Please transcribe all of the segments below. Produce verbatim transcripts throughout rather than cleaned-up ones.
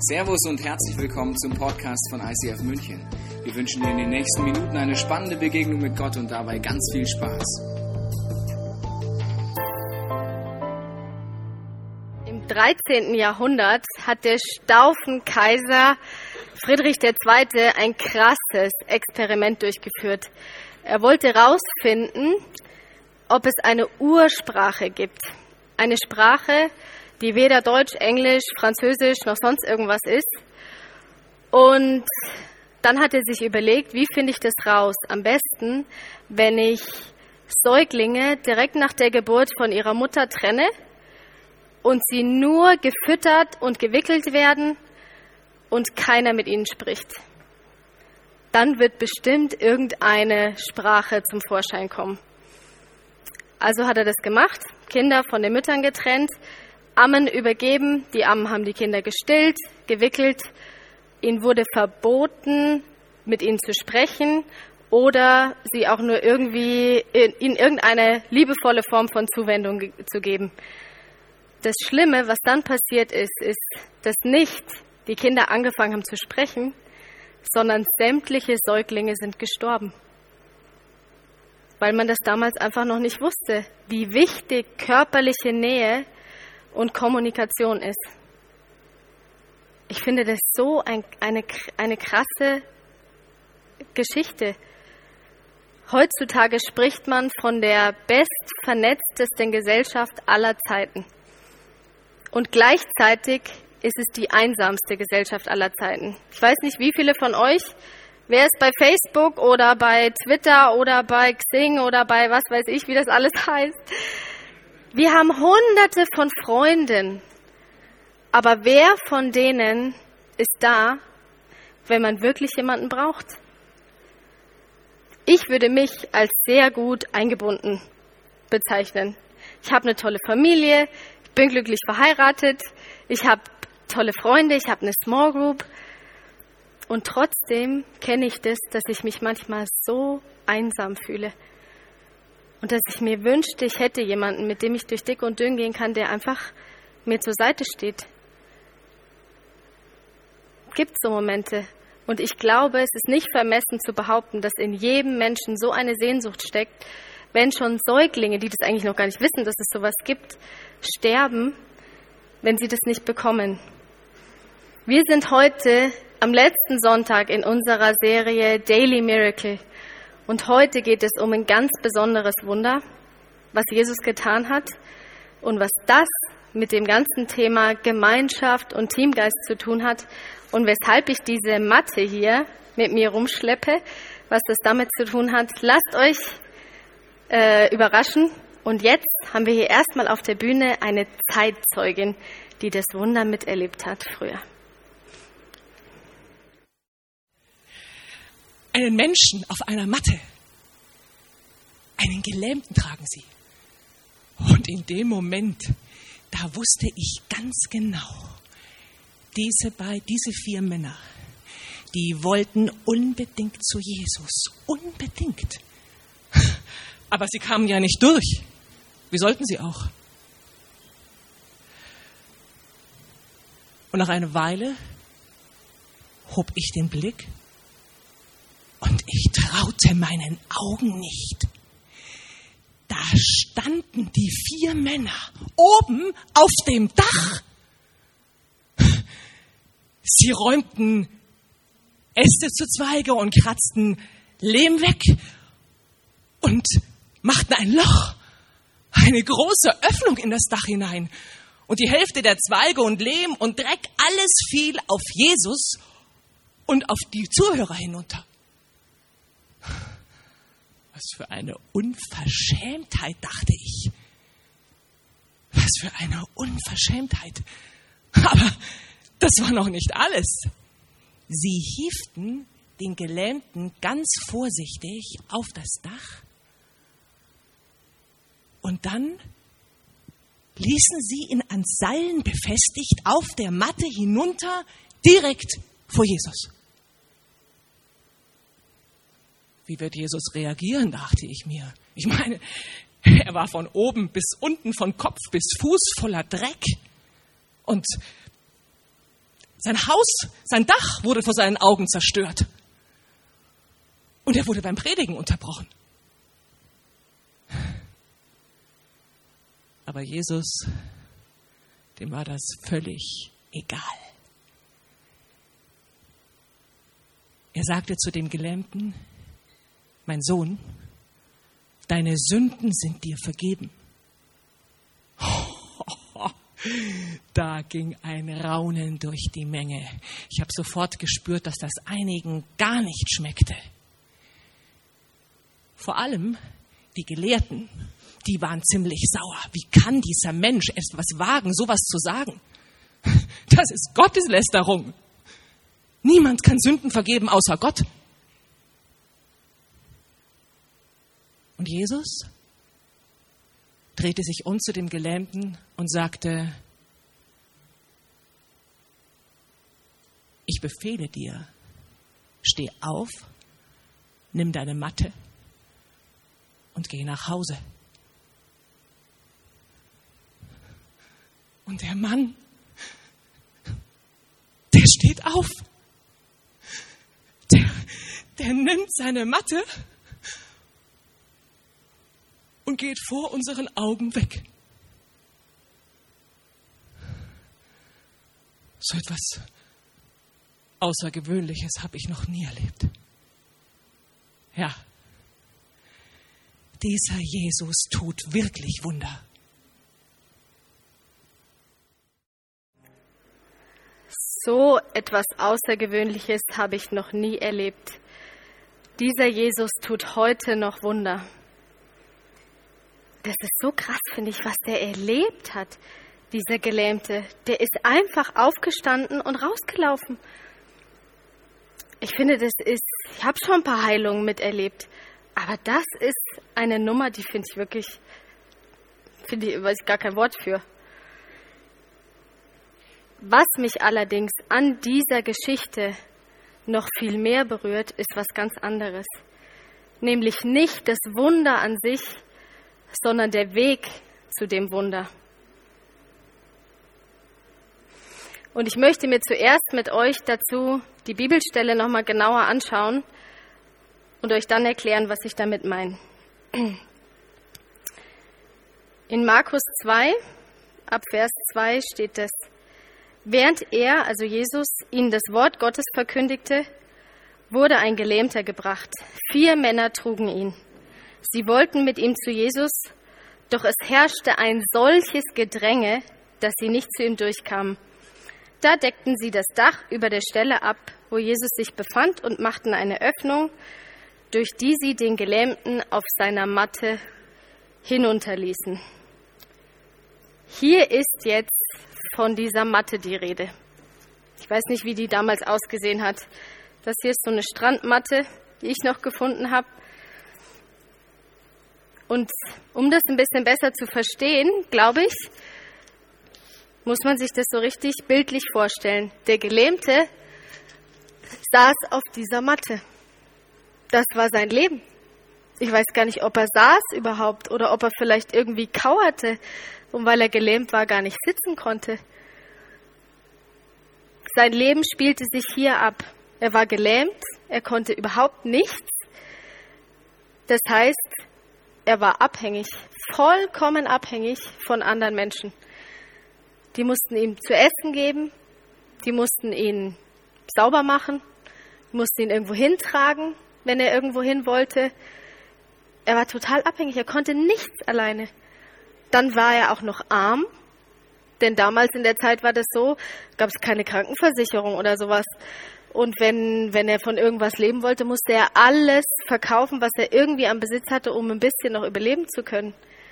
Servus und herzlich willkommen zum Podcast von I C F München. Wir wünschen dir in den nächsten Minuten eine spannende Begegnung mit Gott und dabei ganz viel Spaß. Im dreizehnten Jahrhundert hat der Staufenkaiser Friedrich der Zweite ein krasses Experiment durchgeführt. Er wollte herausfinden, ob es eine Ursprache gibt. Eine Sprache, die weder Deutsch, Englisch, Französisch noch sonst irgendwas ist. Und dann hat er sich überlegt, wie finde ich das raus? Am besten, wenn ich Säuglinge direkt nach der Geburt von ihrer Mutter trenne und sie nur gefüttert und gewickelt werden und keiner mit ihnen spricht. Dann wird bestimmt irgendeine Sprache zum Vorschein kommen. Also hat er das gemacht, Kinder von den Müttern getrennt, Ammen übergeben, die Ammen haben die Kinder gestillt, gewickelt. Ihnen wurde verboten, mit ihnen zu sprechen oder sie auch nur irgendwie ihnen irgendeine liebevolle Form von Zuwendung ge- zu geben. Das Schlimme, was dann passiert ist, ist, dass nicht die Kinder angefangen haben zu sprechen, sondern sämtliche Säuglinge sind gestorben. Weil man das damals einfach noch nicht wusste, wie wichtig körperliche Nähe und Kommunikation ist. Ich finde das so ein, eine, eine krasse Geschichte. Heutzutage spricht man von der bestvernetztesten Gesellschaft aller Zeiten. Und gleichzeitig ist es die einsamste Gesellschaft aller Zeiten. Ich weiß nicht, wie viele von euch, wer ist bei Facebook oder bei Twitter oder bei Xing oder bei was weiß ich, wie das alles heißt. Wir haben hunderte von Freunden, aber wer von denen ist da, wenn man wirklich jemanden braucht? Ich würde mich als sehr gut eingebunden bezeichnen. Ich habe eine tolle Familie, ich bin glücklich verheiratet, ich habe tolle Freunde, ich habe eine Small Group und trotzdem kenne ich das, dass ich mich manchmal so einsam fühle. Und dass ich mir wünschte, ich hätte jemanden, mit dem ich durch dick und dünn gehen kann, der einfach mir zur Seite steht. Es gibt so Momente. Und ich glaube, es ist nicht vermessen zu behaupten, dass in jedem Menschen so eine Sehnsucht steckt, wenn schon Säuglinge, die das eigentlich noch gar nicht wissen, dass es sowas gibt, sterben, wenn sie das nicht bekommen. Wir sind heute am letzten Sonntag in unserer Serie Daily Miracle. Und heute geht es um ein ganz besonderes Wunder, was Jesus getan hat und was das mit dem ganzen Thema Gemeinschaft und Teamgeist zu tun hat und weshalb ich diese Matte hier mit mir rumschleppe, was das damit zu tun hat. Lasst euch äh, überraschen. Und jetzt haben wir hier erstmal auf der Bühne eine Zeitzeugin, die das Wunder miterlebt hat früher. Einen Menschen auf einer Matte. Einen Gelähmten tragen sie. Und in dem Moment, da wusste ich ganz genau, diese, bei, diese vier Männer, die wollten unbedingt zu Jesus. Unbedingt. Aber sie kamen ja nicht durch. Wie sollten sie auch? Und nach einer Weile hob ich den Blick und ich traute meinen Augen nicht. Da standen die vier Männer oben auf dem Dach. Sie räumten Äste zu Zweige und kratzten Lehm weg und machten ein Loch, eine große Öffnung in das Dach hinein. Und die Hälfte der Zweige und Lehm und Dreck, alles fiel auf Jesus und auf die Zuhörer hinunter. Was für eine Unverschämtheit, dachte ich. Was für eine Unverschämtheit. Aber das war noch nicht alles. Sie hieften den Gelähmten ganz vorsichtig auf das Dach und dann ließen sie ihn an Seilen befestigt auf der Matte hinunter, direkt vor Jesus. Wie wird Jesus reagieren, dachte ich mir. Ich meine, er war von oben bis unten, von Kopf bis Fuß voller Dreck. Und Sein Haus, sein Dach wurde vor seinen Augen zerstört. Und er wurde beim Predigen unterbrochen. Aber Jesus, dem war das völlig egal. Er sagte zu dem Gelähmten: Mein Sohn, deine Sünden sind dir vergeben. Da ging ein Raunen durch die Menge. Ich habe sofort gespürt, dass das einigen gar nicht schmeckte. Vor allem die Gelehrten, die waren ziemlich sauer. Wie kann dieser Mensch etwas wagen, sowas zu sagen? Das ist Gotteslästerung. Niemand kann Sünden vergeben außer Gott. Und Jesus drehte sich um zu dem Gelähmten und sagte: Ich befehle dir, steh auf, nimm deine Matte und geh nach Hause. Und der Mann, der steht auf. Der, der nimmt seine Matte und geht vor unseren Augen weg. So etwas Außergewöhnliches habe ich noch nie erlebt. Ja, dieser Jesus tut wirklich Wunder. So etwas Außergewöhnliches habe ich noch nie erlebt. Dieser Jesus tut heute noch Wunder. Das ist so krass, finde ich, was der erlebt hat, dieser Gelähmte. Der ist einfach aufgestanden und rausgelaufen. Ich finde, das ist, ich habe schon ein paar Heilungen miterlebt, aber das ist eine Nummer, die finde ich wirklich, finde ich, weiß ich gar kein Wort für. Was mich allerdings an dieser Geschichte noch viel mehr berührt, ist was ganz anderes. Nämlich nicht das Wunder an sich, sondern der Weg zu dem Wunder. Und ich möchte mir zuerst mit euch dazu die Bibelstelle nochmal genauer anschauen und euch dann erklären, was ich damit meine. In Markus zwei, ab Vers zwei steht es: Während er, also Jesus, ihnen das Wort Gottes verkündigte, wurde ein Gelähmter gebracht. Vier Männer trugen ihn. Sie wollten mit ihm zu Jesus, doch es herrschte ein solches Gedränge, dass sie nicht zu ihm durchkamen. Da deckten sie das Dach über der Stelle ab, wo Jesus sich befand, und machten eine Öffnung, durch die sie den Gelähmten auf seiner Matte hinunterließen. Hier ist jetzt von dieser Matte die Rede. Ich weiß nicht, wie die damals ausgesehen hat. Das hier ist so eine Strandmatte, die ich noch gefunden habe. Und um das ein bisschen besser zu verstehen, glaube ich, muss man sich das so richtig bildlich vorstellen. Der Gelähmte saß auf dieser Matte. Das war sein Leben. Ich weiß gar nicht, ob er saß überhaupt oder ob er vielleicht irgendwie kauerte und weil er gelähmt war, gar nicht sitzen konnte. Sein Leben spielte sich hier ab. Er war gelähmt, er konnte überhaupt nichts. Das heißt, er war abhängig, vollkommen abhängig von anderen Menschen. Die mussten ihm zu essen geben, die mussten ihn sauber machen, die mussten ihn irgendwo hintragen, wenn er irgendwo hin wollte. Er war total abhängig, er konnte nichts alleine. Dann war er auch noch arm, denn damals in der Zeit war das so, gab es keine Krankenversicherung oder sowas. Und wenn, wenn er von irgendwas leben wollte, musste er alles verkaufen, was er irgendwie am Besitz hatte, um ein bisschen noch überleben zu können.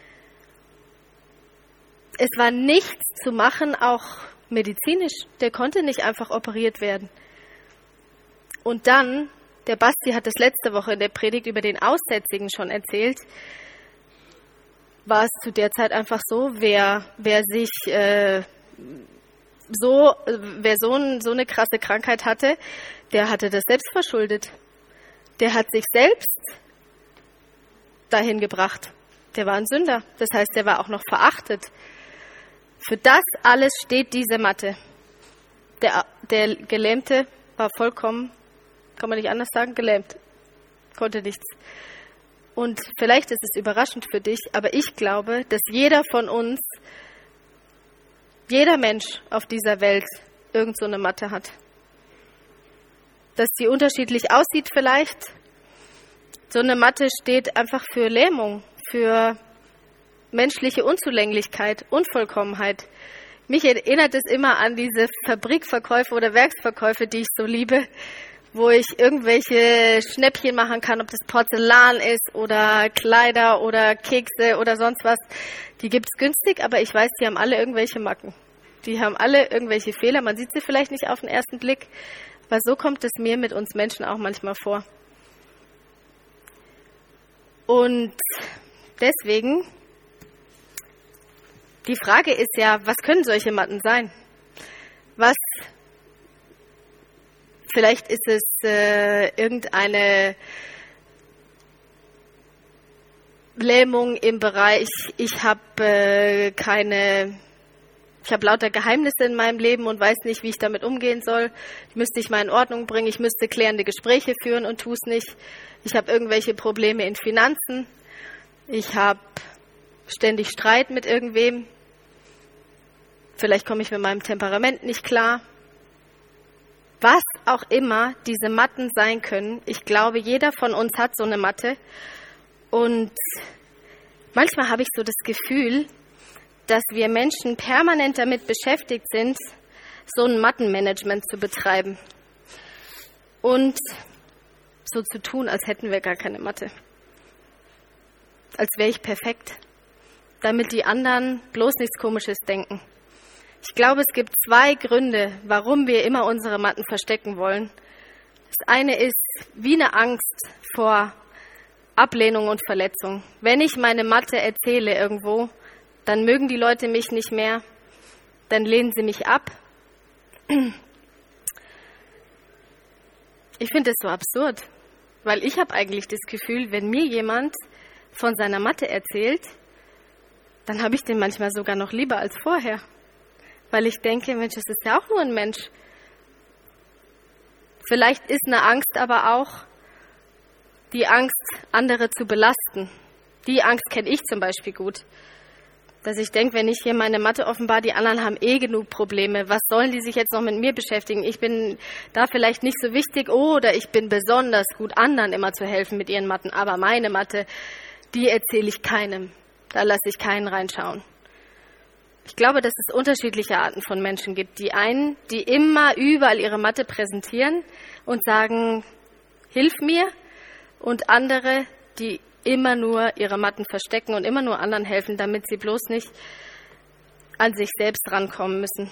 Es war nichts zu machen, auch medizinisch. Der konnte nicht einfach operiert werden. Und dann, der Basti hat das letzte Woche in der Predigt über den Aussätzigen schon erzählt, war es zu der Zeit einfach so, wer, wer sich äh, so, wer so, ein, so eine krasse Krankheit hatte, der hatte das selbst verschuldet. Der hat sich selbst dahin gebracht. Der war ein Sünder. Das heißt, der war auch noch verachtet. Für das alles steht diese Matte. der, der Gelähmte war vollkommen, kann man nicht anders sagen, gelähmt. Konnte nichts. Und vielleicht ist es überraschend für dich, aber ich glaube, dass jeder von uns, jeder Mensch auf dieser Welt irgend so eine Matte hat. Dass sie unterschiedlich aussieht vielleicht. So eine Matte steht einfach für Lähmung, für menschliche Unzulänglichkeit, Unvollkommenheit. Mich erinnert es immer an diese Fabrikverkäufe oder Werksverkäufe, die ich so liebe, wo ich irgendwelche Schnäppchen machen kann, ob das Porzellan ist oder Kleider oder Kekse oder sonst was. Die gibt's günstig, aber ich weiß, die haben alle irgendwelche Macken. Die haben alle irgendwelche Fehler. Man sieht sie vielleicht nicht auf den ersten Blick, aber so kommt es mir mit uns Menschen auch manchmal vor. Und deswegen, die Frage ist ja, was können solche Matten sein? Was, vielleicht ist es äh, irgendeine Lähmung im Bereich, ich habe äh, keine, ich habe lauter Geheimnisse in meinem Leben und weiß nicht, wie ich damit umgehen soll. Ich müsste ich mal in Ordnung bringen, ich müsste klärende Gespräche führen und tue es nicht. Ich habe irgendwelche Probleme in Finanzen. Ich habe ständig Streit mit irgendwem. Vielleicht komme ich mit meinem Temperament nicht klar. Was auch immer diese Matten sein können, ich glaube, jeder von uns hat so eine Matte. Und manchmal habe ich so das Gefühl, dass wir Menschen permanent damit beschäftigt sind, so ein Mattenmanagement zu betreiben. Und so zu tun, als hätten wir gar keine Matte. Als wäre ich perfekt. Damit die anderen bloß nichts Komisches denken. Ich glaube, es gibt zwei Gründe, warum wir immer unsere Matten verstecken wollen. Das eine ist wie eine Angst vor Ablehnung und Verletzung. Wenn ich meine Matte erzähle irgendwo, dann mögen die Leute mich nicht mehr, dann lehnen sie mich ab. Ich finde das so absurd, weil ich habe eigentlich das Gefühl, wenn mir jemand von seiner Matte erzählt, dann habe ich den manchmal sogar noch lieber als vorher. Weil ich denke, Mensch, das ist ja auch nur ein Mensch. Vielleicht ist eine Angst aber auch die Angst, andere zu belasten. Die Angst kenne ich zum Beispiel gut. Dass ich denke, wenn ich hier meine Matte offenbar, die anderen haben eh genug Probleme. Was sollen die sich jetzt noch mit mir beschäftigen? Ich bin da vielleicht nicht so wichtig oder ich bin besonders gut, anderen immer zu helfen mit ihren Matten. Aber meine Matte, die erzähle ich keinem. Da lasse ich keinen reinschauen. Ich glaube, dass es unterschiedliche Arten von Menschen gibt. Die einen, die immer überall ihre Matte präsentieren und sagen, hilf mir. Und andere, die immer nur ihre Matten verstecken und immer nur anderen helfen, damit sie bloß nicht an sich selbst rankommen müssen.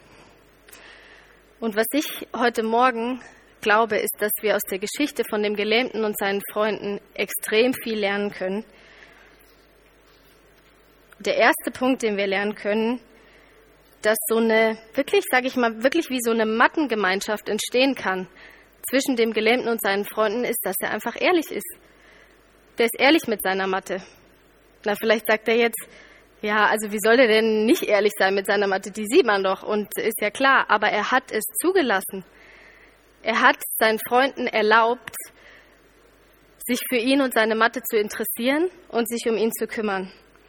Und was ich heute Morgen glaube, ist, dass wir aus der Geschichte von dem Gelähmten und seinen Freunden extrem viel lernen können. Der erste Punkt, den wir lernen können, dass so eine, wirklich, sage ich mal, wirklich wie so eine Mattengemeinschaft entstehen kann zwischen dem Gelähmten und seinen Freunden, ist, dass er einfach ehrlich ist. Der ist ehrlich mit seiner Matte. Na, vielleicht sagt er jetzt, ja, also wie soll er denn nicht ehrlich sein mit seiner Matte? Die sieht man doch und ist ja klar. Aber er hat es zugelassen. Er hat seinen Freunden erlaubt, sich für ihn und seine Matte zu interessieren und sich um ihn zu kümmern.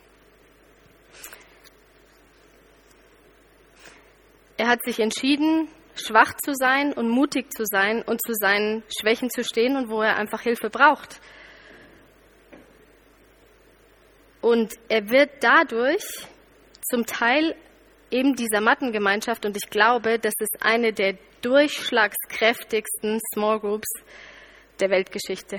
Er hat sich entschieden, schwach zu sein und mutig zu sein und zu seinen Schwächen zu stehen und wo er einfach Hilfe braucht. Und er wird dadurch zum Teil eben dieser Mattengemeinschaft, und ich glaube, das ist eine der durchschlagskräftigsten Small Groups der Weltgeschichte.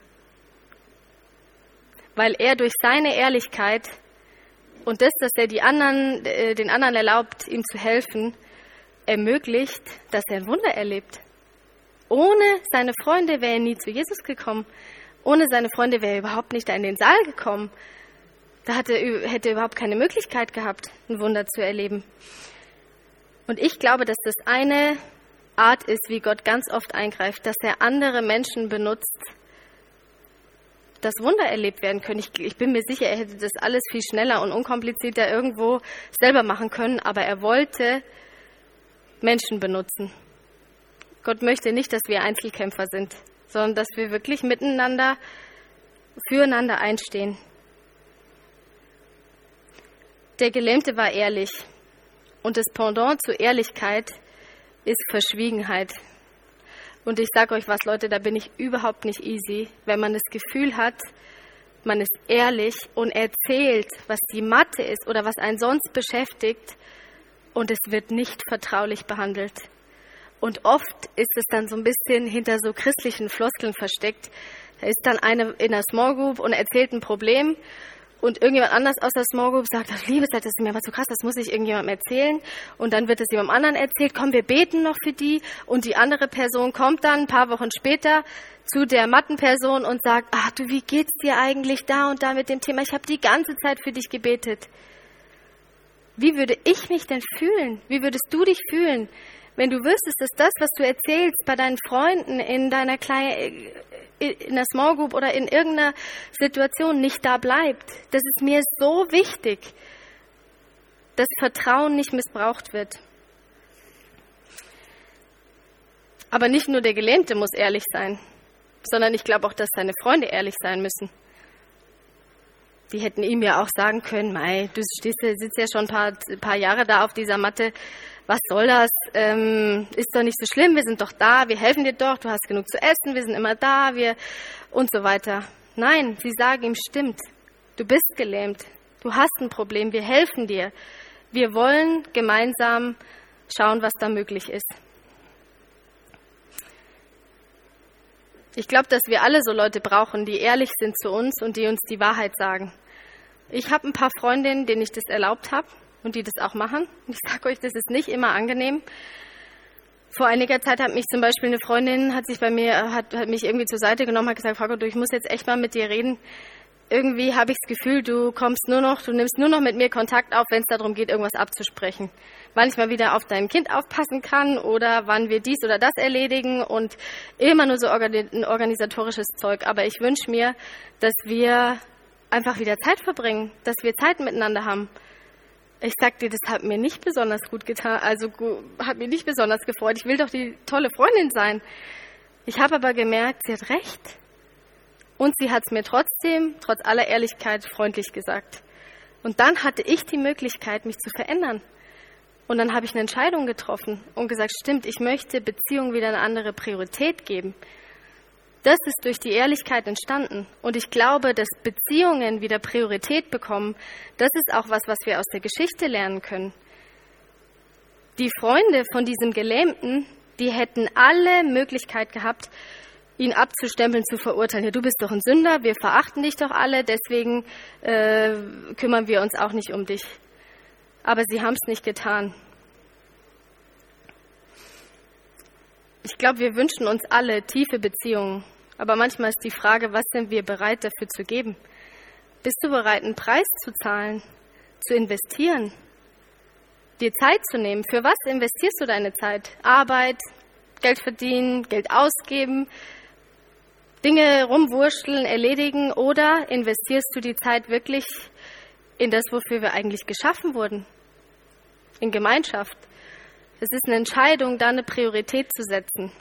Weil er durch seine Ehrlichkeit und das, dass er die anderen, äh, den anderen erlaubt, ihm zu helfen, ermöglicht, dass er ein Wunder erlebt. Ohne seine Freunde wäre er nie zu Jesus gekommen. Ohne seine Freunde wäre er überhaupt nicht da in den Saal gekommen. Da hatte, hätte er überhaupt keine Möglichkeit gehabt, ein Wunder zu erleben. Und ich glaube, dass das eine Art ist, wie Gott ganz oft eingreift, dass er andere Menschen benutzt, dass Wunder erlebt werden können. Ich, ich bin mir sicher, er hätte das alles viel schneller und unkomplizierter irgendwo selber machen können, aber er wollte Menschen benutzen. Gott möchte nicht, dass wir Einzelkämpfer sind, sondern dass wir wirklich miteinander, füreinander einstehen. Der Gelähmte war ehrlich und das Pendant zu Ehrlichkeit ist Verschwiegenheit. Und ich sage euch was, Leute, da bin ich überhaupt nicht easy, wenn man das Gefühl hat, man ist ehrlich und erzählt, was die Matte ist oder was einen sonst beschäftigt und es wird nicht vertraulich behandelt. Und oft ist es dann so ein bisschen hinter so christlichen Floskeln versteckt. Da ist dann eine in der Small Group und erzählt ein Problem und irgendjemand anders aus der Small Group sagt, ach, liebes, das ist mir was so krass, das muss ich irgendjemandem erzählen. Und dann wird es jemandem anderen erzählt, komm, wir beten noch für die. Und die andere Person kommt dann ein paar Wochen später zu der Mattenperson und sagt, ach du, wie geht's dir eigentlich da und da mit dem Thema? Ich habe die ganze Zeit für dich gebetet. Wie würde ich mich denn fühlen? Wie würdest du dich fühlen, wenn du wüsstest, dass das, was du erzählst bei deinen Freunden in deiner kleinen, in der Small Group oder in irgendeiner Situation nicht da bleibt? Das ist mir so wichtig, dass Vertrauen nicht missbraucht wird. Aber nicht nur der Gelähmte muss ehrlich sein, sondern ich glaube auch, dass seine Freunde ehrlich sein müssen. Die hätten ihm ja auch sagen können, Mei, du stehst, sitzt ja schon ein paar, paar Jahre da auf dieser Matte, was soll das, ähm, ist doch nicht so schlimm, wir sind doch da, wir helfen dir doch, du hast genug zu essen, wir sind immer da, wir und so weiter. Nein, sie sagen ihm, stimmt, du bist gelähmt, du hast ein Problem, wir helfen dir. Wir wollen gemeinsam schauen, was da möglich ist. Ich glaube, dass wir alle so Leute brauchen, die ehrlich sind zu uns und die uns die Wahrheit sagen. Ich habe ein paar Freundinnen, denen ich das erlaubt habe und die das auch machen. Und ich sage euch, das ist nicht immer angenehm. Vor einiger Zeit hat mich zum Beispiel eine Freundin, hat sich bei mir, hat, hat mich irgendwie zur Seite genommen, hat gesagt, Frau Gott, ich muss jetzt echt mal mit dir reden. Irgendwie habe ich das Gefühl, du kommst nur noch, du nimmst nur noch mit mir Kontakt auf, wenn es darum geht, irgendwas abzusprechen. Wann ich mal wieder auf dein Kind aufpassen kann oder wann wir dies oder das erledigen und immer nur so ein organisatorisches Zeug. Aber ich wünsche mir, dass wir einfach wieder Zeit verbringen, dass wir Zeit miteinander haben. Ich sag dir, das hat mir nicht besonders gut getan, also hat mir nicht besonders gefreut. Ich will doch die tolle Freundin sein. Ich habe aber gemerkt, sie hat recht. Und sie hat es mir trotzdem, trotz aller Ehrlichkeit, freundlich gesagt. Und dann hatte ich die Möglichkeit, mich zu verändern. Und dann habe ich eine Entscheidung getroffen und gesagt, stimmt, ich möchte Beziehungen wieder eine andere Priorität geben. Das ist durch die Ehrlichkeit entstanden. Und ich glaube, dass Beziehungen wieder Priorität bekommen, das ist auch was, was wir aus der Geschichte lernen können. Die Freunde von diesem Gelähmten, die hätten alle Möglichkeit gehabt, ihn abzustempeln, zu verurteilen. Ja, du bist doch ein Sünder, wir verachten dich doch alle, deswegen äh, kümmern wir uns auch nicht um dich. Aber sie haben es nicht getan. Ich glaube, wir wünschen uns alle tiefe Beziehungen. Aber manchmal ist die Frage, was sind wir bereit dafür zu geben? Bist du bereit, einen Preis zu zahlen, zu investieren, dir Zeit zu nehmen? Für was investierst du deine Zeit? Arbeit, Geld verdienen, Geld ausgeben, Dinge rumwurschteln, erledigen, oder investierst du die Zeit wirklich in das, wofür wir eigentlich geschaffen wurden? In Gemeinschaft. Es ist eine Entscheidung, da eine Priorität zu setzen.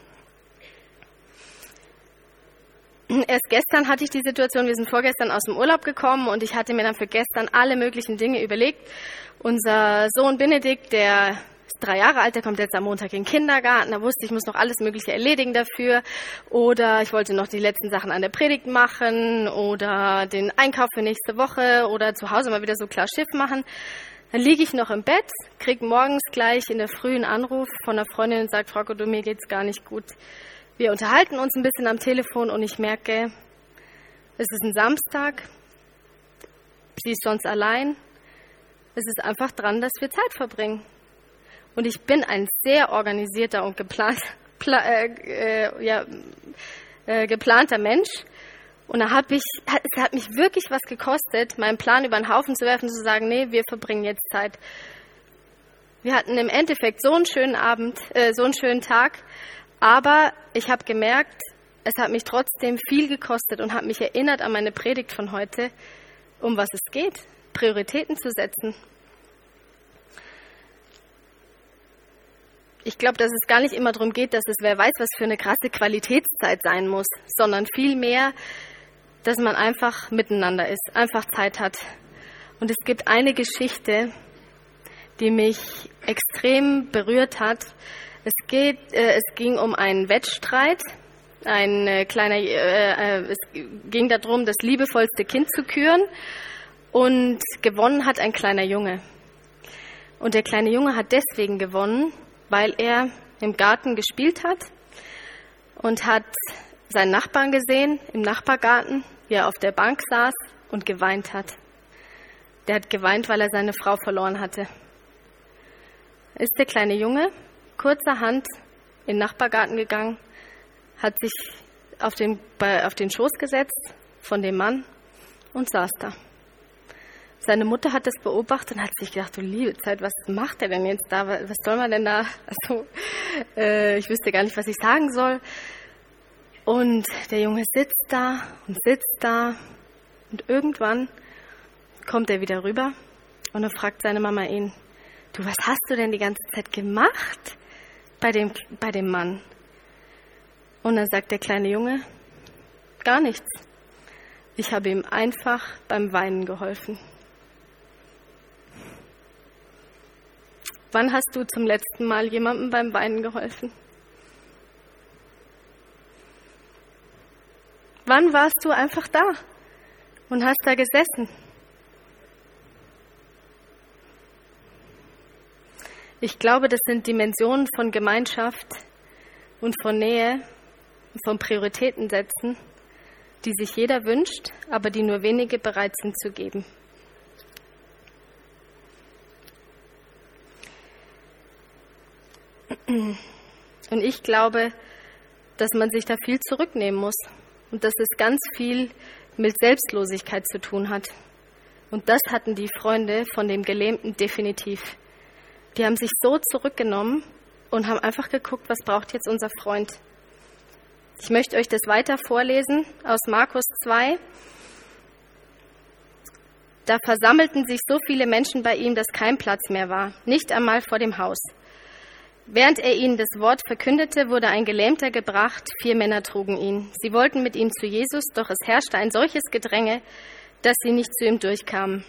Erst gestern hatte ich die Situation, wir sind vorgestern aus dem Urlaub gekommen und ich hatte mir dann für gestern alle möglichen Dinge überlegt. Unser Sohn Benedikt, der ist drei Jahre alt, der kommt jetzt am Montag in den Kindergarten. Da wusste ich, ich muss noch alles Mögliche erledigen dafür. Oder ich wollte noch die letzten Sachen an der Predigt machen oder den Einkauf für nächste Woche oder zu Hause mal wieder so klar Schiff machen. Dann liege ich noch im Bett, kriege morgens gleich in der Früh einen Anruf von einer Freundin und sagt, Frau Gott, mir geht's gar nicht gut. Wir unterhalten uns ein bisschen am Telefon und ich merke, es ist ein Samstag, sie ist sonst allein. Es ist einfach dran, dass wir Zeit verbringen. Und ich bin ein sehr organisierter und geplant, pla, äh, äh, ja, äh, geplanter Mensch. Und da habe ich, es hat mich wirklich was gekostet, meinen Plan über den Haufen zu werfen und zu sagen, nee, wir verbringen jetzt Zeit. Wir hatten im Endeffekt so einen schönen Abend, äh, so einen schönen Tag, aber ich habe gemerkt, es hat mich trotzdem viel gekostet und hat mich erinnert an meine Predigt von heute, um was es geht, Prioritäten zu setzen. Ich glaube, dass es gar nicht immer darum geht, dass es wer weiß, was für eine krasse Qualitätszeit sein muss, sondern vielmehr, dass man einfach miteinander ist, einfach Zeit hat. Und es gibt eine Geschichte, die mich extrem berührt hat. Es geht, äh, es ging um einen Wettstreit. Ein äh, kleiner, äh, äh, es ging darum, das liebevollste Kind zu küren. Und gewonnen hat ein kleiner Junge. Und der kleine Junge hat deswegen gewonnen, weil er im Garten gespielt hat und hat seinen Nachbarn gesehen im Nachbargarten, wie er auf der Bank saß und geweint hat. Der hat geweint, weil er seine Frau verloren hatte. Ist der kleine Junge kurzerhand in den Nachbargarten gegangen, hat sich auf den, auf den Schoß gesetzt von dem Mann und saß da. Seine Mutter hat das beobachtet und hat sich gedacht, du liebe Zeit, was macht er denn jetzt da? Was soll man denn da? Also, äh, ich wüsste gar nicht, was ich sagen soll. Und der Junge sitzt da und sitzt da und irgendwann kommt er wieder rüber und dann fragt seine Mama ihn, du, was hast du denn die ganze Zeit gemacht bei dem, bei dem Mann? Und dann sagt der kleine Junge, gar nichts. Ich habe ihm einfach beim Weinen geholfen. Wann hast du zum letzten Mal jemandem beim Weinen geholfen? Wann warst du einfach da und hast da gesessen? Ich glaube, das sind Dimensionen von Gemeinschaft und von Nähe, von Prioritäten setzen, die sich jeder wünscht, aber die nur wenige bereit sind zu geben. Und ich glaube, dass man sich da viel zurücknehmen muss und dass es ganz viel mit Selbstlosigkeit zu tun hat. Und das hatten die Freunde von dem Gelähmten definitiv. Die haben sich so zurückgenommen und haben einfach geguckt, was braucht jetzt unser Freund. Ich möchte euch das weiter vorlesen aus Markus zwei. Da versammelten sich so viele Menschen bei ihm, dass kein Platz mehr war, nicht einmal vor dem Haus. Während er ihnen das Wort verkündete, wurde ein Gelähmter gebracht, vier Männer trugen ihn. Sie wollten mit ihm zu Jesus, doch es herrschte ein solches Gedränge, dass sie nicht zu ihm durchkamen.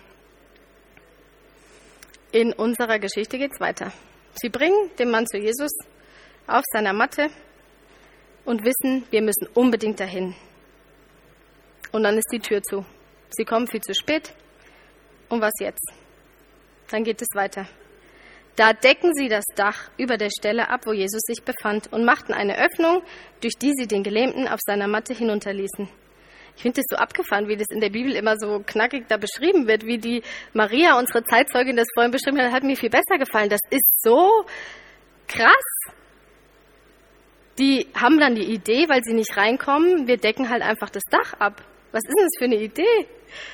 In unserer Geschichte geht es weiter. Sie bringen den Mann zu Jesus auf seiner Matte und wissen, wir müssen unbedingt dahin. Und dann ist die Tür zu. Sie kommen viel zu spät. Und was jetzt? Dann geht es weiter. Da decken sie das Dach über der Stelle ab, wo Jesus sich befand, und machten eine Öffnung, durch die sie den Gelähmten auf seiner Matte hinunterließen. Ich finde es so abgefahren, wie das in der Bibel immer so knackig da beschrieben wird, wie die Maria, unsere Zeitzeugin, das vorhin beschrieben hat, hat mir viel besser gefallen. Das ist so krass. Die haben dann die Idee, weil sie nicht reinkommen, wir decken halt einfach das Dach ab. Was ist denn das für eine Idee?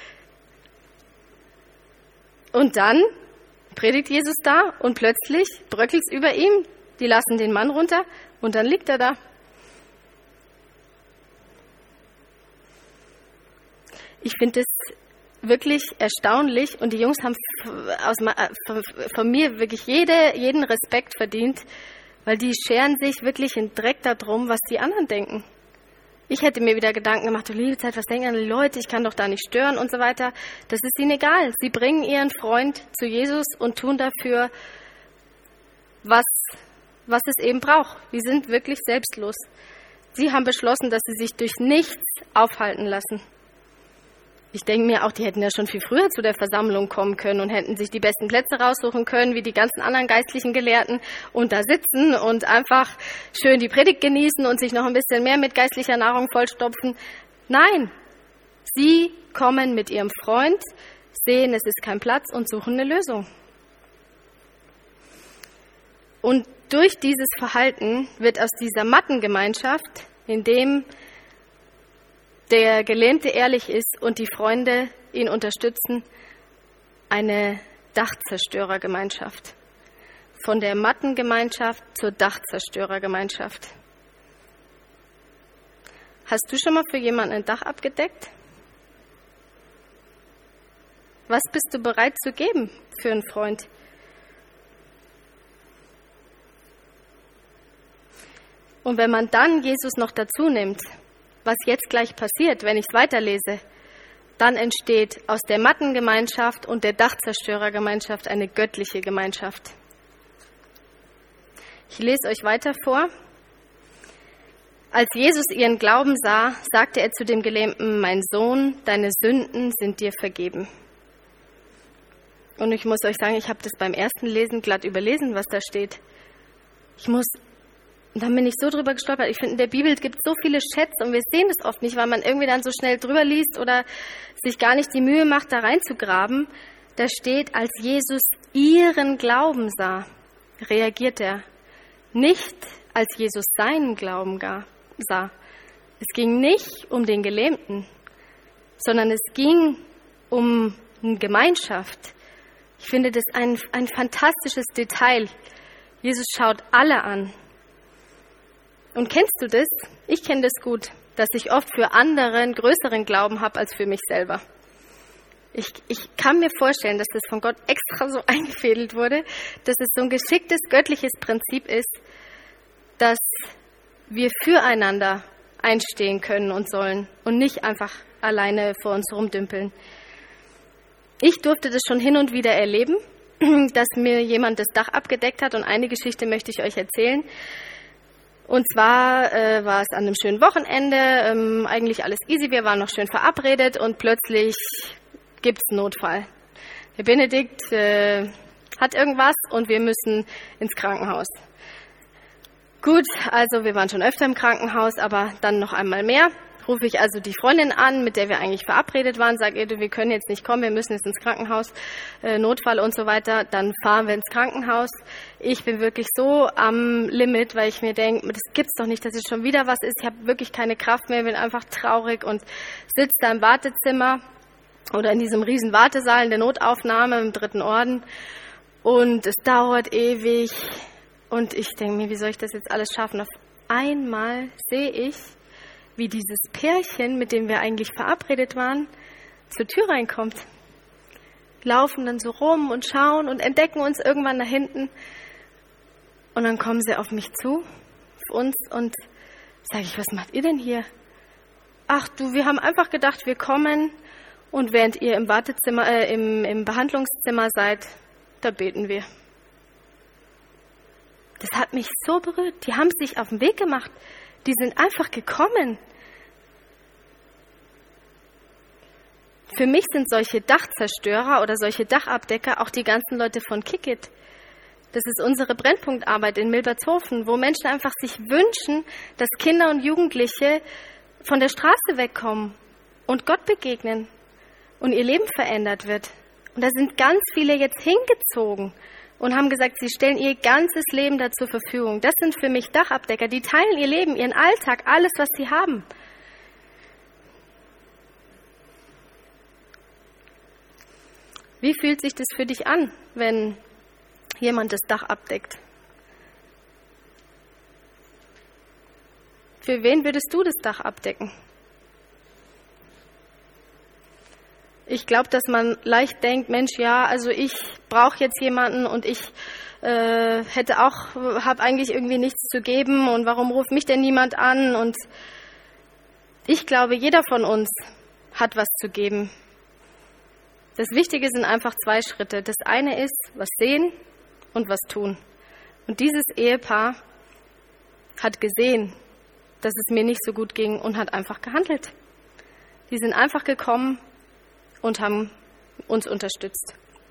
Und dann predigt Jesus da und plötzlich bröckelt es über ihm. Die lassen den Mann runter und dann liegt er da. Ich finde es wirklich erstaunlich und die Jungs haben aus, von mir wirklich jede, jeden Respekt verdient, weil die scheren sich wirklich in Dreck darum, was die anderen denken. Ich hätte mir wieder Gedanken gemacht, du liebe Zeit, was denken die Leute, ich kann doch da nicht stören und so weiter. Das ist ihnen egal. Sie bringen ihren Freund zu Jesus und tun dafür, was, was es eben braucht. Die sind wirklich selbstlos. Sie haben beschlossen, dass sie sich durch nichts aufhalten lassen. Ich denke mir auch, die hätten ja schon viel früher zu der Versammlung kommen können und hätten sich die besten Plätze raussuchen können, wie die ganzen anderen geistlichen Gelehrten, und da sitzen und einfach schön die Predigt genießen und sich noch ein bisschen mehr mit geistlicher Nahrung vollstopfen. Nein, sie kommen mit ihrem Freund, sehen, es ist kein Platz und suchen eine Lösung. Und durch dieses Verhalten wird aus dieser Mattengemeinschaft, in dem der Gelähmte ehrlich ist und die Freunde ihn unterstützen, eine Dachzerstörergemeinschaft. Von der Mattengemeinschaft zur Dachzerstörergemeinschaft. Hast du schon mal für jemanden ein Dach abgedeckt? Was bist du bereit zu geben für einen Freund? Und wenn man dann Jesus noch dazu nimmt, was jetzt gleich passiert, wenn ich es weiterlese, dann entsteht aus der Mattengemeinschaft und der Dachzerstörergemeinschaft eine göttliche Gemeinschaft. Ich lese euch weiter vor. Als Jesus ihren Glauben sah, sagte er zu dem Gelähmten: Mein Sohn, deine Sünden sind dir vergeben. Und ich muss euch sagen, ich habe das beim ersten Lesen glatt überlesen, was da steht. Ich muss, und dann bin ich so drüber gestolpert. Ich finde, in der Bibel gibt es so viele Schätze und wir sehen das oft nicht, weil man irgendwie dann so schnell drüber liest oder sich gar nicht die Mühe macht, da reinzugraben. Da steht, als Jesus ihren Glauben sah, reagiert er. Nicht, als Jesus seinen Glauben sah. Es ging nicht um den Gelähmten, sondern es ging um eine Gemeinschaft. Ich finde das ein, ein fantastisches Detail. Jesus schaut alle an. Und kennst du das? Ich kenne das gut, dass ich oft für andere einen größeren Glauben habe als für mich selber. Ich, ich kann mir vorstellen, dass das von Gott extra so eingefädelt wurde, dass es so ein geschicktes göttliches Prinzip ist, dass wir füreinander einstehen können und sollen und nicht einfach alleine vor uns rumdümpeln. Ich durfte das schon hin und wieder erleben, dass mir jemand das Dach abgedeckt hat, und eine Geschichte möchte ich euch erzählen. Und zwar äh, war es an einem schönen Wochenende, ähm, eigentlich alles easy, wir waren noch schön verabredet und plötzlich gibt es einen Notfall. Der Benedikt äh, hat irgendwas und wir müssen ins Krankenhaus. Gut, also wir waren schon öfter im Krankenhaus, aber dann noch einmal mehr. Rufe ich also die Freundin an, mit der wir eigentlich verabredet waren, sage ihr, wir können jetzt nicht kommen, wir müssen jetzt ins Krankenhaus, äh, Notfall und so weiter. Dann fahren wir ins Krankenhaus. Ich bin wirklich so am Limit, weil ich mir denke, das gibt's doch nicht, dass jetzt schon wieder was ist. Ich habe wirklich keine Kraft mehr, bin einfach traurig und sitze da im Wartezimmer oder in diesem riesen Wartesaal in der Notaufnahme im dritten Orden. Und es dauert ewig. Und ich denke mir, wie soll ich das jetzt alles schaffen? Auf einmal sehe ich, wie dieses Pärchen, mit dem wir eigentlich verabredet waren, zur Tür reinkommt. Laufen dann so rum und schauen und entdecken uns irgendwann da hinten. Und dann kommen sie auf mich zu, auf uns, und sage ich, was macht ihr denn hier? Ach du, wir haben einfach gedacht, wir kommen, und während ihr im Wartezimmer, äh, im, im Behandlungszimmer seid, da beten wir. Das hat mich so berührt. Die haben sich auf den Weg gemacht. Die sind einfach gekommen. Für mich sind solche Dachzerstörer oder solche Dachabdecker auch die ganzen Leute von Kick It. Das ist unsere Brennpunktarbeit in Milbertshofen, wo Menschen einfach sich wünschen, dass Kinder und Jugendliche von der Straße wegkommen und Gott begegnen und ihr Leben verändert wird. Und da sind ganz viele jetzt hingezogen und haben gesagt, sie stellen ihr ganzes Leben da zur Verfügung. Das sind für mich Dachabdecker, die teilen ihr Leben, ihren Alltag, alles, was sie haben. Wie fühlt sich das für dich an, wenn jemand das Dach abdeckt? Für wen würdest du das Dach abdecken? Ich glaube, dass man leicht denkt, Mensch, ja, also ich brauche jetzt jemanden und ich äh, hätte auch, habe eigentlich irgendwie nichts zu geben und warum ruft mich denn niemand an? Und ich glaube, jeder von uns hat was zu geben. Das Wichtige sind einfach zwei Schritte. Das eine ist, was sehen und was tun. Und dieses Ehepaar hat gesehen, dass es mir nicht so gut ging und hat einfach gehandelt. Die sind einfach gekommen und haben uns unterstützt.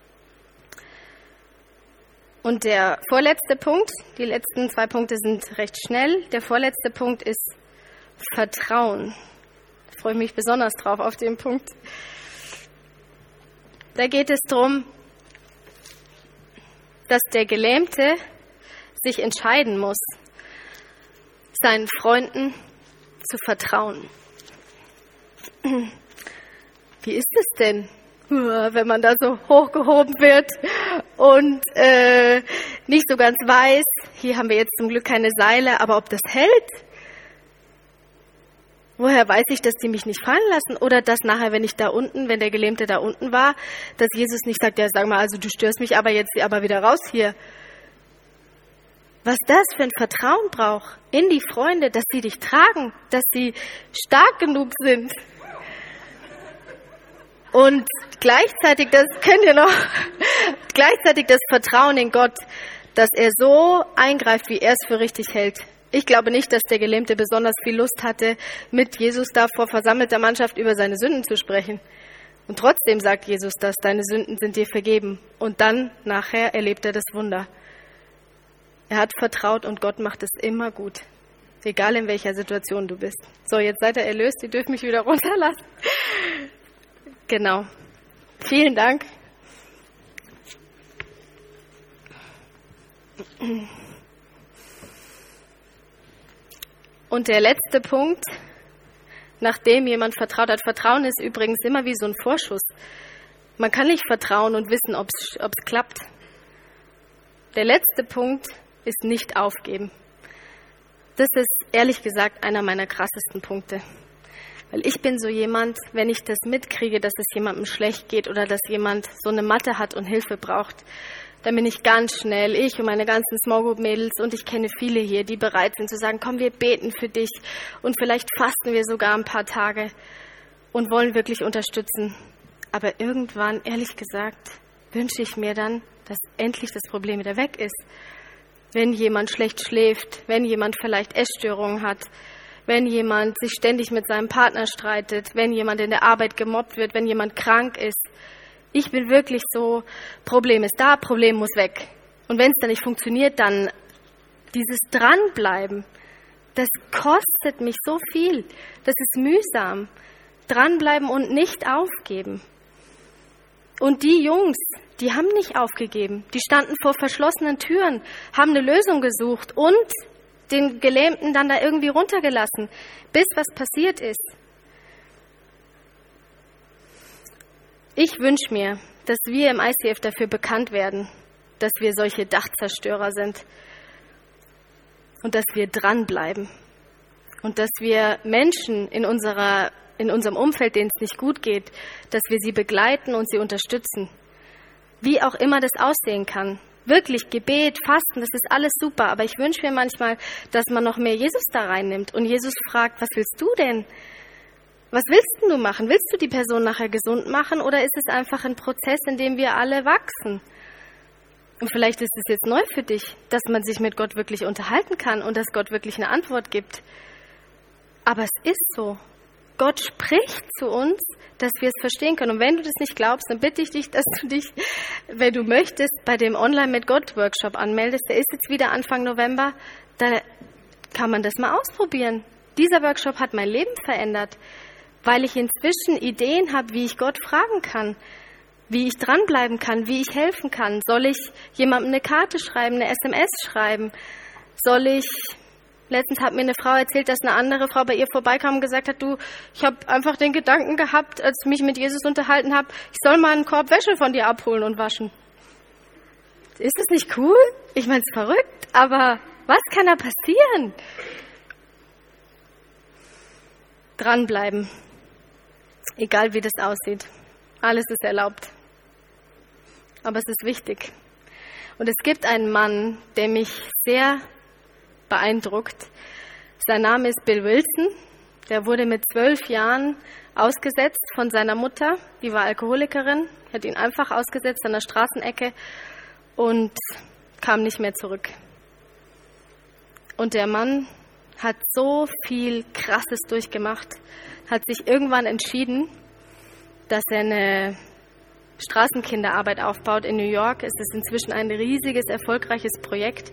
Und der vorletzte Punkt, die letzten zwei Punkte sind recht schnell. Der vorletzte Punkt ist Vertrauen. Da freue ich mich besonders drauf auf den Punkt. Da geht es darum, dass der Gelähmte sich entscheiden muss, seinen Freunden zu vertrauen. Wie ist es denn, wenn man da so hochgehoben wird und äh, nicht so ganz weiß, hier haben wir jetzt zum Glück keine Seile, aber ob das hält? Woher weiß ich, dass die mich nicht fallen lassen? Oder dass nachher, wenn ich da unten, wenn der Gelähmte da unten war, dass Jesus nicht sagt, ja, sag mal, also du störst mich aber jetzt aber wieder raus hier. Was das für ein Vertrauen braucht in die Freunde, dass sie dich tragen, dass sie stark genug sind. Und gleichzeitig, das könnt ihr noch, gleichzeitig das Vertrauen in Gott, dass er so eingreift, wie er es für richtig hält. Ich glaube nicht, dass der Gelähmte besonders viel Lust hatte, mit Jesus da vor versammelter Mannschaft über seine Sünden zu sprechen. Und trotzdem sagt Jesus das, deine Sünden sind dir vergeben. Und dann, nachher, erlebt er das Wunder. Er hat vertraut und Gott macht es immer gut. Egal in welcher Situation du bist. So, jetzt seid ihr erlöst, ihr dürft mich wieder runterlassen. Genau. Vielen Dank. Und der letzte Punkt, nachdem jemand vertraut hat. Vertrauen ist übrigens immer wie so ein Vorschuss. Man kann nicht vertrauen und wissen, ob es klappt. Der letzte Punkt ist nicht aufgeben. Das ist ehrlich gesagt einer meiner krassesten Punkte. Weil ich bin so jemand, wenn ich das mitkriege, dass es jemandem schlecht geht oder dass jemand so eine Matte hat und Hilfe braucht, dann bin ich ganz schnell, ich und meine ganzen Small Group Mädels, und ich kenne viele hier, die bereit sind zu sagen, komm, wir beten für dich und vielleicht fasten wir sogar ein paar Tage und wollen wirklich unterstützen. Aber irgendwann, ehrlich gesagt, wünsche ich mir dann, dass endlich das Problem wieder weg ist. Wenn jemand schlecht schläft, wenn jemand vielleicht Essstörungen hat, wenn jemand sich ständig mit seinem Partner streitet, wenn jemand in der Arbeit gemobbt wird, wenn jemand krank ist. Ich bin wirklich so, Problem ist da, Problem muss weg. Und wenn es dann nicht funktioniert, dann dieses Dranbleiben, das kostet mich so viel. Das ist mühsam. Dranbleiben und nicht aufgeben. Und die Jungs, die haben nicht aufgegeben. Die standen vor verschlossenen Türen, haben eine Lösung gesucht und den Gelähmten dann da irgendwie runtergelassen, bis was passiert ist. Ich wünsche mir, dass wir im I C F dafür bekannt werden, dass wir solche Dachzerstörer sind und dass wir dranbleiben und dass wir Menschen in unserer, in unserem Umfeld, denen es nicht gut geht, dass wir sie begleiten und sie unterstützen. Wie auch immer das aussehen kann. Wirklich, Gebet, Fasten, das ist alles super. Aber ich wünsche mir manchmal, dass man noch mehr Jesus da reinnimmt und Jesus fragt, was willst du denn? Was willst denn du machen? Willst du die Person nachher gesund machen oder ist es einfach ein Prozess, in dem wir alle wachsen? Und vielleicht ist es jetzt neu für dich, dass man sich mit Gott wirklich unterhalten kann und dass Gott wirklich eine Antwort gibt. Aber es ist so. Gott spricht zu uns, dass wir es verstehen können. Und wenn du das nicht glaubst, dann bitte ich dich, dass du dich, wenn du möchtest, bei dem Online mit Gott Workshop anmeldest. Der ist jetzt wieder Anfang November. Da kann man das mal ausprobieren. Dieser Workshop hat mein Leben verändert, weil ich inzwischen Ideen habe, wie ich Gott fragen kann, wie ich dranbleiben kann, wie ich helfen kann. Soll ich jemandem eine Karte schreiben, eine S M S schreiben? Soll ich... Letztens hat mir eine Frau erzählt, dass eine andere Frau bei ihr vorbeikam und gesagt hat, du, ich habe einfach den Gedanken gehabt, als ich mich mit Jesus unterhalten habe, ich soll mal einen Korb Wäsche von dir abholen und waschen. Ist das nicht cool? Ich meine, es ist verrückt, aber was kann da passieren? Dranbleiben. Egal wie das aussieht. Alles ist erlaubt. Aber es ist wichtig. Und es gibt einen Mann, der mich sehr beeindruckt. Sein Name ist Bill Wilson. Der wurde mit zwölf Jahren ausgesetzt von seiner Mutter. Die war Alkoholikerin, hat ihn einfach ausgesetzt an der Straßenecke und kam nicht mehr zurück. Und der Mann hat so viel Krasses durchgemacht, hat sich irgendwann entschieden, dass er eine Straßenkinderarbeit aufbaut in New York. Es ist inzwischen ein riesiges, erfolgreiches Projekt.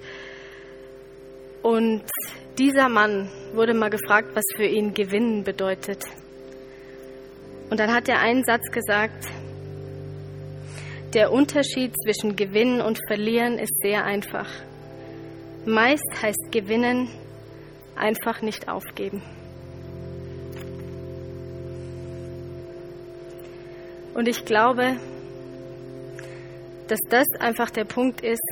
Und dieser Mann wurde mal gefragt, was für ihn Gewinnen bedeutet. Und dann hat er einen Satz gesagt, der Unterschied zwischen Gewinnen und Verlieren ist sehr einfach. Meist heißt Gewinnen einfach nicht aufgeben. Und ich glaube, dass das einfach der Punkt ist,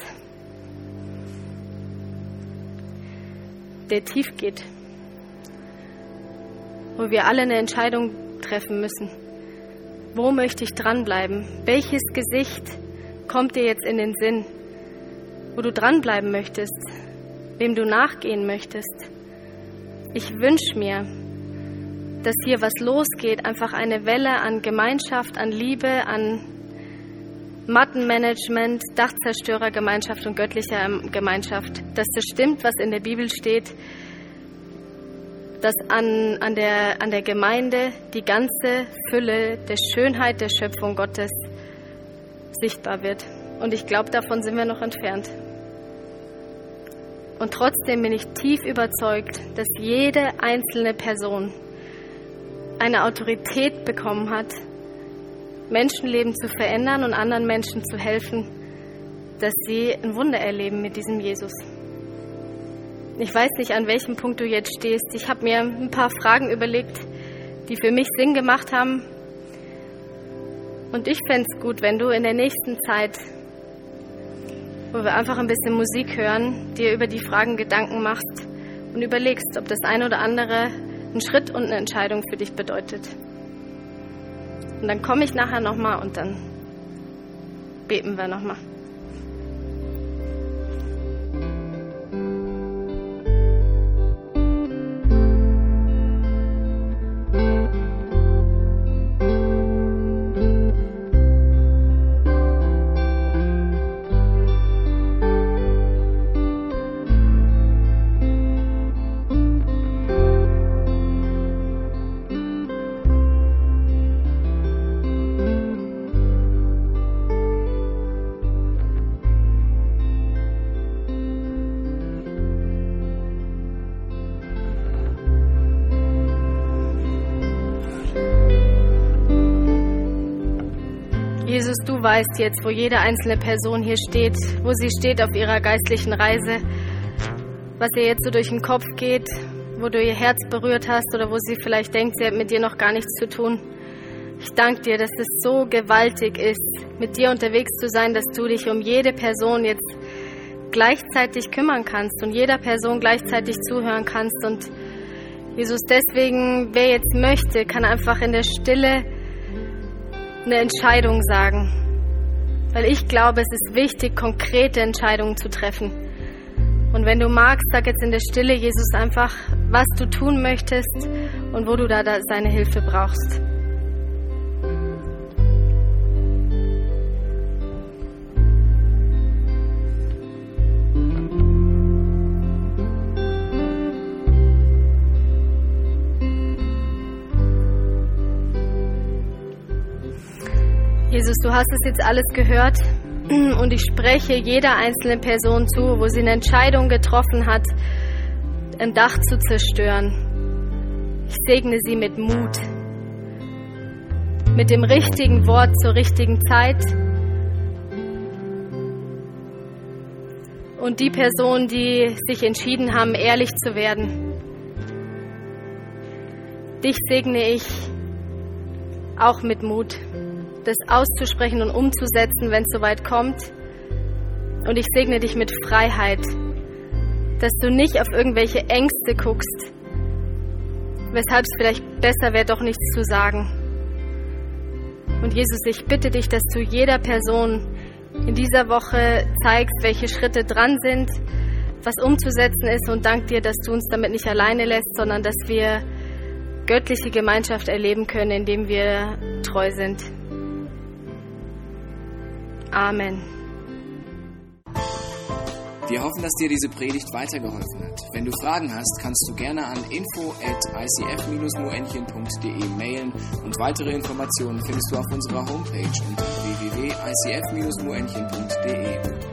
der tief geht, wo wir alle eine Entscheidung treffen müssen. Wo möchte ich dranbleiben? Welches Gesicht kommt dir jetzt in den Sinn, wo du dranbleiben möchtest? wem du nachgehen möchtest. Ich wünsche mir, dass hier was losgeht, einfach eine Welle an Gemeinschaft, an Liebe, an Mattenmanagement, Dachzerstörergemeinschaft und göttlicher Gemeinschaft. Dass das stimmt, was in der Bibel steht, dass an, an, der, an der Gemeinde die ganze Fülle der Schönheit der Schöpfung Gottes sichtbar wird. Und ich glaube, davon sind wir noch entfernt. Und trotzdem bin ich tief überzeugt, dass jede einzelne Person eine Autorität bekommen hat, Menschenleben zu verändern und anderen Menschen zu helfen, dass sie ein Wunder erleben mit diesem Jesus. Ich weiß nicht, an welchem Punkt du jetzt stehst. Ich habe mir ein paar Fragen überlegt, die für mich Sinn gemacht haben. Und ich fände es gut, wenn du in der nächsten Zeit, wo wir einfach ein bisschen Musik hören, dir über die Fragen Gedanken machst und überlegst, ob das ein oder andere ein Schritt und eine Entscheidung für dich bedeutet. Und dann komme ich nachher nochmal und dann beten wir nochmal. Jesus, du weißt jetzt, wo jede einzelne Person hier steht, wo sie steht auf ihrer geistlichen Reise, was ihr jetzt so durch den Kopf geht, wo du ihr Herz berührt hast oder wo sie vielleicht denkt, sie hat mit dir noch gar nichts zu tun. Ich danke dir, dass es so gewaltig ist, mit dir unterwegs zu sein, dass du dich um jede Person jetzt gleichzeitig kümmern kannst und jeder Person gleichzeitig zuhören kannst. Und Jesus, deswegen, wer jetzt möchte, kann einfach in der Stille eine Entscheidung sagen. Weil ich glaube, es ist wichtig, konkrete Entscheidungen zu treffen. Und wenn du magst, sag jetzt in der Stille Jesus einfach, was du tun möchtest und wo du da, da seine Hilfe brauchst. Jesus, du hast es jetzt alles gehört und ich spreche jeder einzelnen Person zu, wo sie eine Entscheidung getroffen hat, ein Dach zu zerstören. Ich segne sie mit Mut, mit dem richtigen Wort zur richtigen Zeit. Und die Personen, die sich entschieden haben, ehrlich zu werden, dich segne ich auch mit Mut, das auszusprechen und umzusetzen, wenn es soweit kommt. Und ich segne dich mit Freiheit, dass du nicht auf irgendwelche Ängste guckst, weshalb es vielleicht besser wäre, doch nichts zu sagen. Und Jesus, ich bitte dich, dass du jeder Person in dieser Woche zeigst, welche Schritte dran sind, was umzusetzen ist, und danke dir, dass du uns damit nicht alleine lässt, sondern dass wir göttliche Gemeinschaft erleben können, indem wir treu sind. Amen. Wir hoffen, dass dir diese Predigt weitergeholfen hat. Wenn du Fragen hast, kannst du gerne an info at i c f dash moenchen punkt d e mailen und weitere Informationen findest du auf unserer Homepage unter w w w punkt i c f dash moenchen punkt d e.